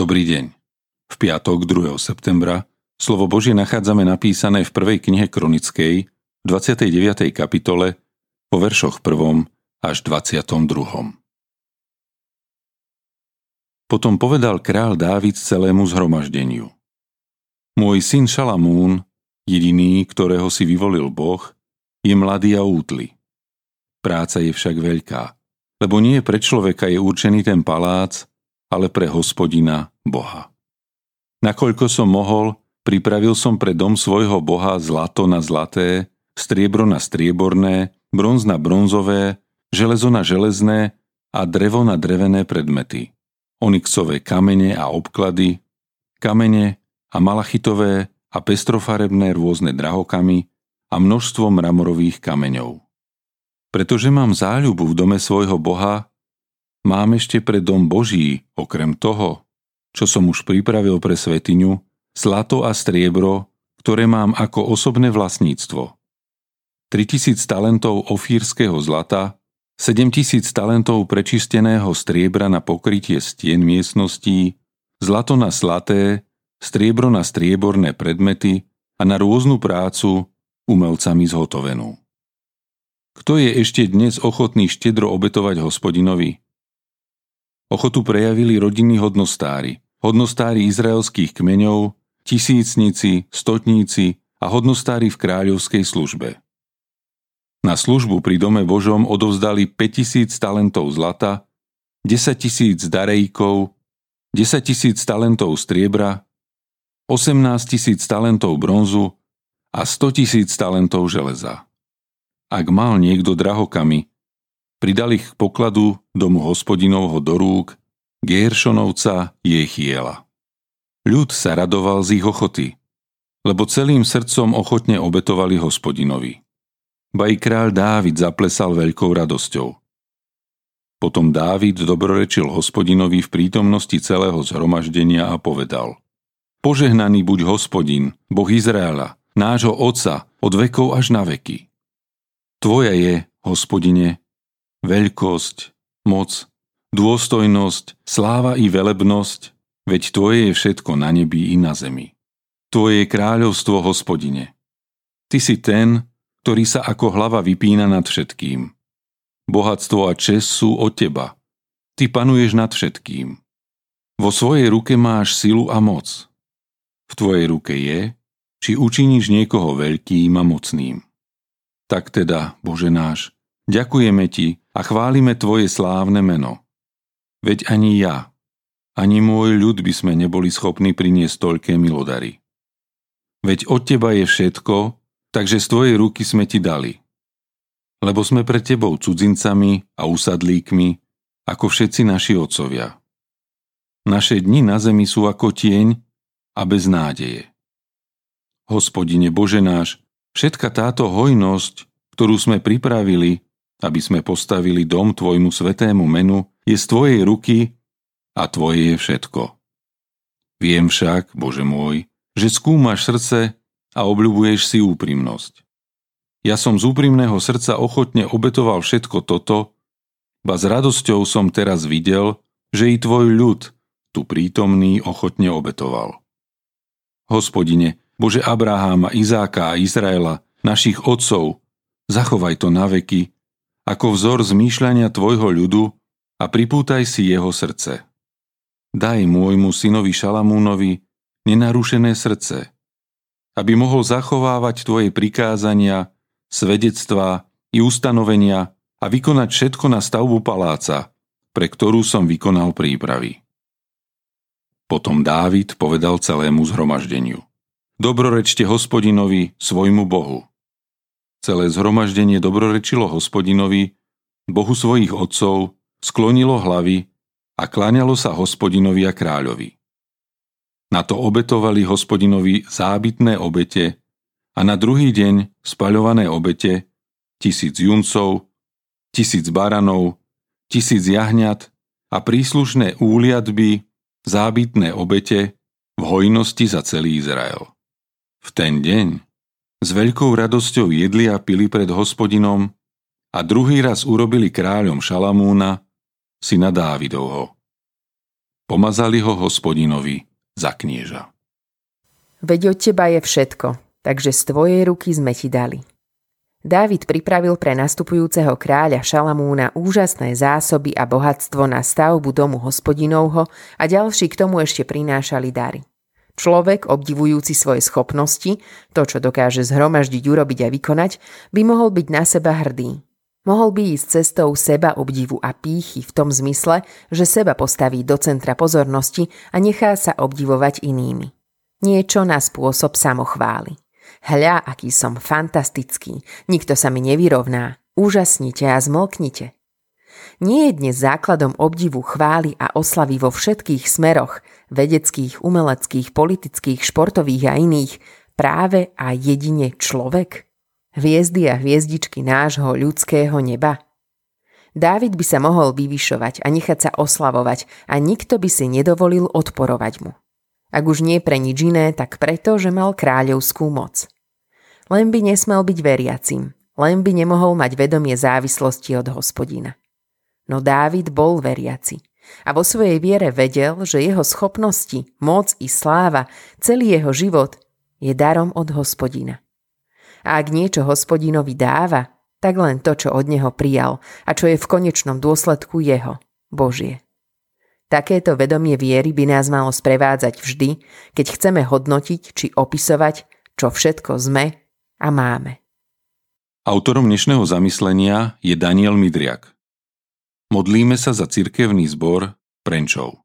Dobrý deň. V piatok 2. septembra slovo Božie nachádzame napísané v 1. knihe Kronickej, v 29. kapitole, po veršoch 1. až 22. Potom povedal kráľ Dávid celému zhromaždeniu: Môj syn Šalamún, jediný, ktorého si vyvolil Boh, je mladý a útly. Práca je však veľká, lebo nie pre človeka je určený ten palác, ale pre Hospodina, Boha. Nakoľko som mohol, pripravil som pre dom svojho Boha zlato na zlaté, striebro na strieborné, bronz na bronzové, železo na železné a drevo na drevené predmety, onyxové kamene a obklady, kamene a malachitové a pestrofarebné rôzne drahokamy a množstvo mramorových kameňov. Pretože mám záľubu v dome svojho Boha, mám ešte pre dom Boží, okrem toho, čo som už pripravil pre svätyňu, zlato a striebro, ktoré mám ako osobné vlastníctvo. 3000 talentov ofírskeho zlata, 7000 talentov prečisteného striebra na pokrytie stien miestností, zlato na zlaté, striebro na strieborné predmety a na rôznu prácu umelcami zhotovenú. Kto je ešte dnes ochotný štedro obetovať Hospodinovi? Ochotu prejavili rodinní hodnostári izraelských kmeňov, tisícnici, stotníci a hodnostári v kráľovskej službe. Na službu pri dome Božom odovzdali 5000 talentov zlata, 10 000 darejkov, 10 000 talentov striebra, 18 000 talentov bronzu a 100 000 talentov železa. Ak mal niekto drahokamy, pridal ich k pokladu domu Hospodinovho do rúk Géršonovca Jechiela. Ľud sa radoval z ich ochoty, lebo celým srdcom ochotne obetovali Hospodinovi. Ba i kráľ Dávid zaplesal veľkou radosťou. Potom Dávid dobrorečil Hospodinovi v prítomnosti celého zhromaždenia a povedal: Požehnaný buď Hospodin, Boh Izraela, nášho Otca, od vekov až na veky. Tvoja je, Hospodine, veľkosť, moc, dôstojnosť, sláva i velebnosť, veď Tvoje je všetko na nebi i na zemi. Tvoje je kráľovstvo, Hospodine. Ty si ten, ktorý sa ako hlava vypína nad všetkým. Bohatstvo a česť sú od Teba. Ty panuješ nad všetkým. Vo svojej ruke máš silu a moc. V Tvojej ruke je, či učiníš niekoho veľkým a mocným. Tak teda, Bože náš, ďakujeme Ti a chválime Tvoje slávne meno. Veď ani ja, ani môj ľud by sme neboli schopní priniesť toľké milodary. Veď od Teba je všetko, takže z Tvojej ruky sme Ti dali. Lebo sme pred Tebou cudzincami a usadlíkmi, ako všetci naši otcovia. Naše dni na zemi sú ako tieň a bez nádeje. Hospodine Bože náš, všetka táto hojnosť, ktorú sme pripravili, aby sme postavili dom Tvojmu svätému menu, je z Tvojej ruky a Tvoje je všetko. Viem však, Bože môj, že skúmaš srdce a obľubuješ si úprimnosť. Ja som z úprimného srdca ochotne obetoval všetko toto, ba s radosťou som teraz videl, že i Tvoj ľud, tu prítomný, ochotne obetoval. Hospodine, Bože Abraháma, Izáka a Izraela, našich otcov, zachovaj to na veky, ako vzor zmýšľania Tvojho ľudu a pripútaj si jeho srdce. Daj môjmu synovi Šalamúnovi nenarušené srdce, aby mohol zachovávať Tvoje prikázania, svedectvá i ustanovenia a vykonať všetko na stavbu paláca, pre ktorú som vykonal prípravy. Potom Dávid povedal celému zhromaždeniu: Dobrorečte Hospodinovi, svojmu Bohu. Celé zhromaždenie dobrorečilo Hospodinovi, Bohu svojich otcov, sklonilo hlavy a kláňalo sa Hospodinovi a kráľovi. Na to obetovali Hospodinovi zábytné obete a na druhý deň spaľované obete, 1000 juncov, 1000 baranov, 1000 jahňat a príslušné úliadby, zábytné obete v hojnosti za celý Izrael. V ten deň s veľkou radosťou jedli a pili pred Hospodinom a druhý raz urobili kráľom Šalamúna, syna Dávidovho. Pomazali ho Hospodinovi za knieža. Veď od teba je všetko, takže z tvojej ruky sme ti dali. Dávid pripravil pre nastupujúceho kráľa Šalamúna úžasné zásoby a bohatstvo na stavbu domu Hospodinovho a ďalší k tomu ešte prinášali dary. Človek, obdivujúci svoje schopnosti, to, čo dokáže zhromaždiť, urobiť a vykonať, by mohol byť na seba hrdý. Mohol by ísť cestou seba obdivu a pýchy v tom zmysle, že seba postaví do centra pozornosti a nechá sa obdivovať inými. Niečo na spôsob samochvály. Hľa, aký som fantastický, nikto sa mi nevyrovná, úžasnite a zmlknite. Nie je dnes základom obdivu, chvály a oslavy vo všetkých smeroch, vedeckých, umeleckých, politických, športových a iných, práve a jedine človek? Hviezdy a hviezdičky nášho ľudského neba? Dávid by sa mohol vyvyšovať a nechať sa oslavovať a nikto by si nedovolil odporovať mu. Ak už nie pre nič iné, tak preto, že mal kráľovskú moc. Len by nesmel byť veriacim, len by nemohol mať vedomie závislosti od Hospodina. No Dávid bol veriaci a vo svojej viere vedel, že jeho schopnosti, moc i sláva, celý jeho život je darom od Hospodina. A ak niečo Hospodinovi dáva, tak len to, čo od neho prijal a čo je v konečnom dôsledku jeho, Božie. Takéto vedomie viery by nás malo sprevádzať vždy, keď chceme hodnotiť či opisovať, čo všetko sme a máme. Autorom dnešného zamyslenia je Daniel Midriak. Modlíme sa za cirkevný zbor Prenčov.